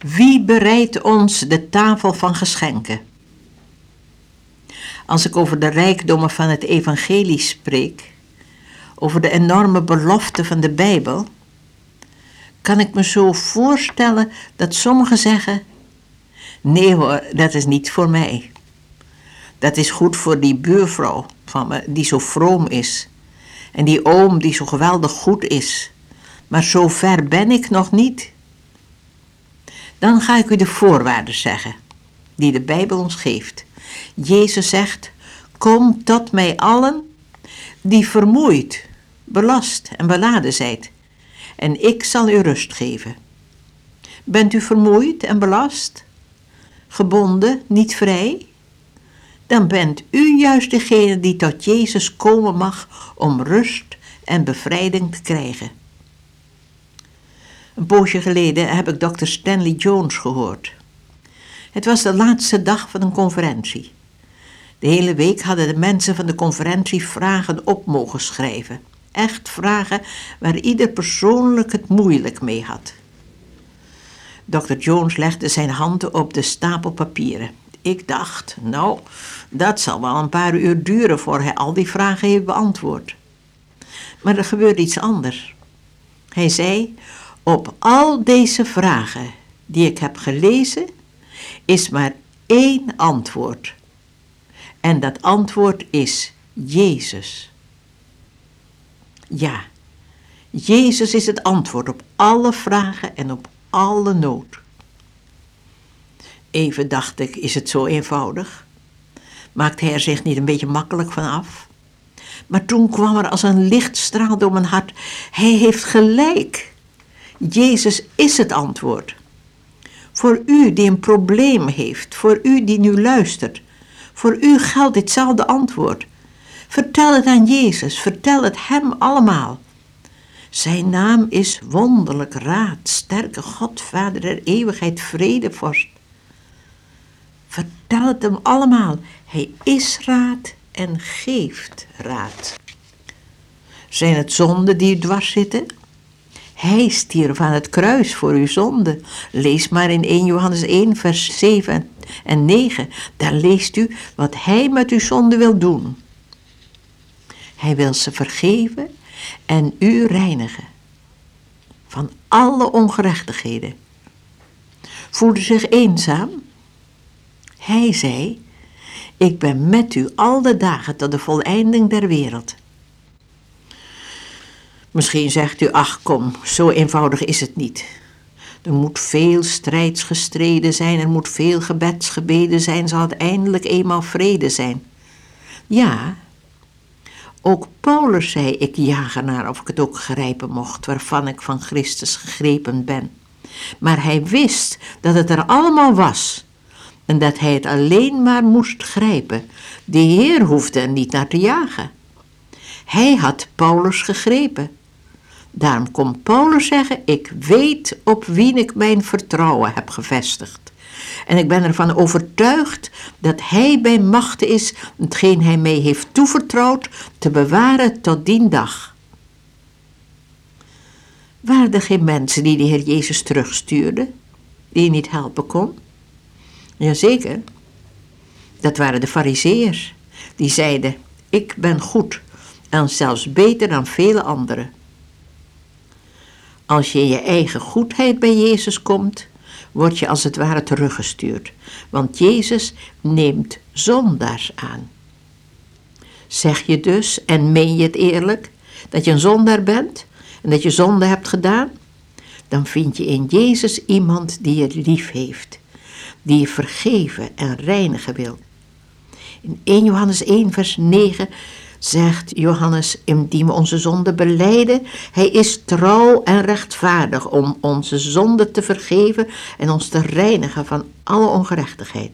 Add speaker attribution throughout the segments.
Speaker 1: Wie bereidt ons de tafel van geschenken? Als ik over de rijkdommen van het evangelie spreek, over de enorme belofte van de Bijbel, kan ik me zo voorstellen dat sommigen zeggen: nee hoor, dat is niet voor mij. Dat is goed voor die buurvrouw van me die zo vroom is. En die oom die zo geweldig goed is. Maar zo ver ben ik nog niet. Dan ga ik u de voorwaarden zeggen die de Bijbel ons geeft. Jezus zegt: kom tot mij allen die vermoeid, belast en beladen zijt. En ik zal u rust geven. Bent u vermoeid en belast? Gebonden, niet vrij? Dan bent u juist degene die tot Jezus komen mag om rust en bevrijding te krijgen. Een poosje geleden heb ik Dr. Stanley Jones gehoord. Het was de laatste dag van een conferentie. De hele week hadden de mensen van de conferentie vragen op mogen schrijven. Echt vragen waar ieder persoonlijk het moeilijk mee had. Dr. Jones legde zijn handen op de stapel papieren. Ik dacht, nou, dat zal wel een paar uur duren voor hij al die vragen heeft beantwoord. Maar er gebeurde iets anders. Hij zei: op al deze vragen die ik heb gelezen, is maar één antwoord. En dat antwoord is Jezus. Ja, Jezus is het antwoord op alle vragen en op alle nood. Even dacht ik, is het zo eenvoudig? Maakt hij er zich niet een beetje makkelijk van af? Maar toen kwam er als een lichtstraal door mijn hart: hij heeft gelijk. Jezus is het antwoord. Voor u die een probleem heeft, voor u die nu luistert, voor u geldt ditzelfde antwoord. Vertel het aan Jezus, vertel het hem allemaal. Zijn naam is wonderlijk raad, sterke God, Vader der eeuwigheid, vredevorst. Vertel het hem allemaal. Hij is raad en geeft raad. Zijn het zonden die u dwars zitten? Hij stierf aan het kruis voor uw zonde. Lees maar in 1 Johannes 1 vers 7 en 9. Daar leest u wat hij met uw zonde wil doen. Hij wil ze vergeven en u reinigen van alle ongerechtigheden. Voelde u zich eenzaam? Hij zei: ik ben met u al de dagen tot de voleinding der wereld. Misschien zegt u: ach kom, zo eenvoudig is het niet. Er moet veel strijds gestreden zijn, er moet veel gebedsgebeden zijn, zal het eindelijk eenmaal vrede zijn. Ja, ook Paulus zei: ik jaag ernaar of ik het ook grijpen mocht, waarvan ik van Christus gegrepen ben. Maar hij wist dat het er allemaal was en dat hij het alleen maar moest grijpen. De Heer hoefde er niet naar te jagen. Hij had Paulus gegrepen. Daarom kon Paulus zeggen: ik weet op wie ik mijn vertrouwen heb gevestigd. En ik ben ervan overtuigd dat hij bij machte is hetgeen hij mij heeft toevertrouwd te bewaren tot dien dag. Waren er geen mensen die de Heer Jezus terugstuurden, die hij niet helpen kon? Jazeker, dat waren de Farizeeërs. Die zeiden: ik ben goed en zelfs beter dan vele anderen. Als je in je eigen goedheid bij Jezus komt, word je als het ware teruggestuurd. Want Jezus neemt zondaars aan. Zeg je dus, en meen je het eerlijk, dat je een zondaar bent en dat je zonde hebt gedaan? Dan vind je in Jezus iemand die je lief heeft, die je vergeven en reinigen wil. In 1 Johannes 1 vers 9 zegt Johannes: indien we onze zonde belijden, hij is trouw en rechtvaardig om onze zonde te vergeven en ons te reinigen van alle ongerechtigheid.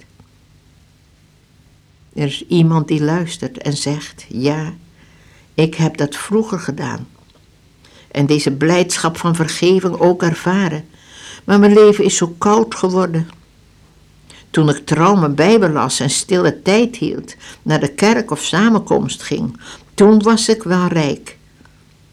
Speaker 1: Er is iemand die luistert en zegt: ja, ik heb dat vroeger gedaan. En deze blijdschap van vergeving ook ervaren. Maar mijn leven is zo koud geworden. Toen ik trouw mijn Bijbel las en stille tijd hield, naar de kerk of samenkomst ging, toen was ik wel rijk.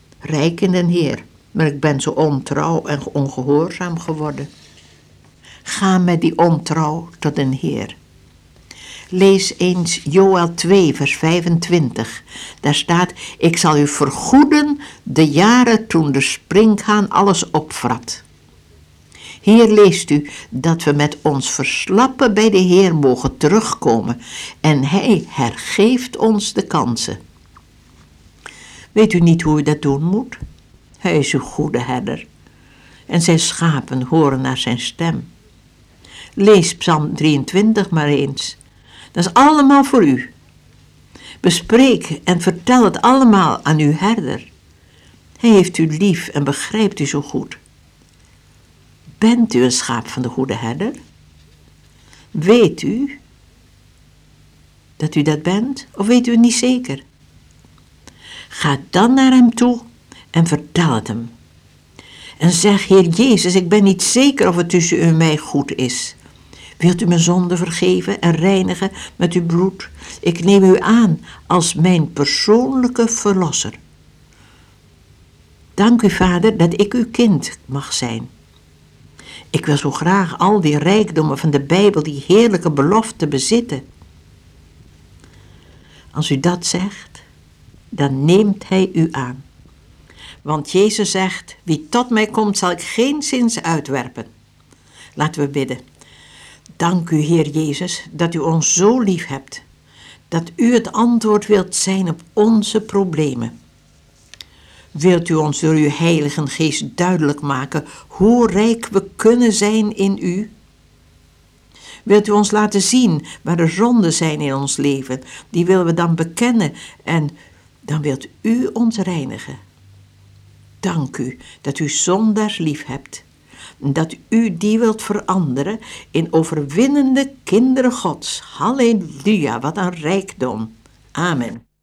Speaker 1: Rijk in den Heer, maar ik ben zo ontrouw en ongehoorzaam geworden. gaan met die ontrouw tot een Heer. Lees eens Joël 2 vers 25. Daar staat: ik zal u vergoeden de jaren toen de springhaan alles opvrat. Hier leest u dat we met ons verslappen bij de Heer mogen terugkomen en Hij hergeeft ons de kansen. Weet u niet hoe u dat doen moet? Hij is uw goede herder en zijn schapen horen naar zijn stem. Lees Psalm 23 maar eens. Dat is allemaal voor u. Bespreek en vertel het allemaal aan uw herder. Hij heeft u lief en begrijpt u zo goed. Bent u een schaap van de goede herder? Weet u dat u dat bent of weet u het niet zeker? Ga dan naar hem toe en vertel het hem. En zeg: Heer Jezus, ik ben niet zeker of het tussen u en mij goed is. Wilt u mijn zonde vergeven en reinigen met uw bloed? Ik neem u aan als mijn persoonlijke verlosser. Dank u, Vader, dat ik uw kind mag zijn. Ik wil zo graag al die rijkdommen van de Bijbel, die heerlijke beloften bezitten. Als u dat zegt, dan neemt hij u aan. Want Jezus zegt: wie tot mij komt, zal ik geenszins uitwerpen. Laten we bidden. Dank u, Heer Jezus, dat u ons zo lief hebt, dat u het antwoord wilt zijn op onze problemen. Wilt u ons door uw Heilige Geest duidelijk maken hoe rijk we kunnen zijn in u? Wilt u ons laten zien waar er zonden zijn in ons leven? Die willen we dan bekennen en dan wilt u ons reinigen. Dank u dat u zondaars lief hebt. Dat u die wilt veranderen in overwinnende kinderen Gods. Halleluja, wat een rijkdom. Amen.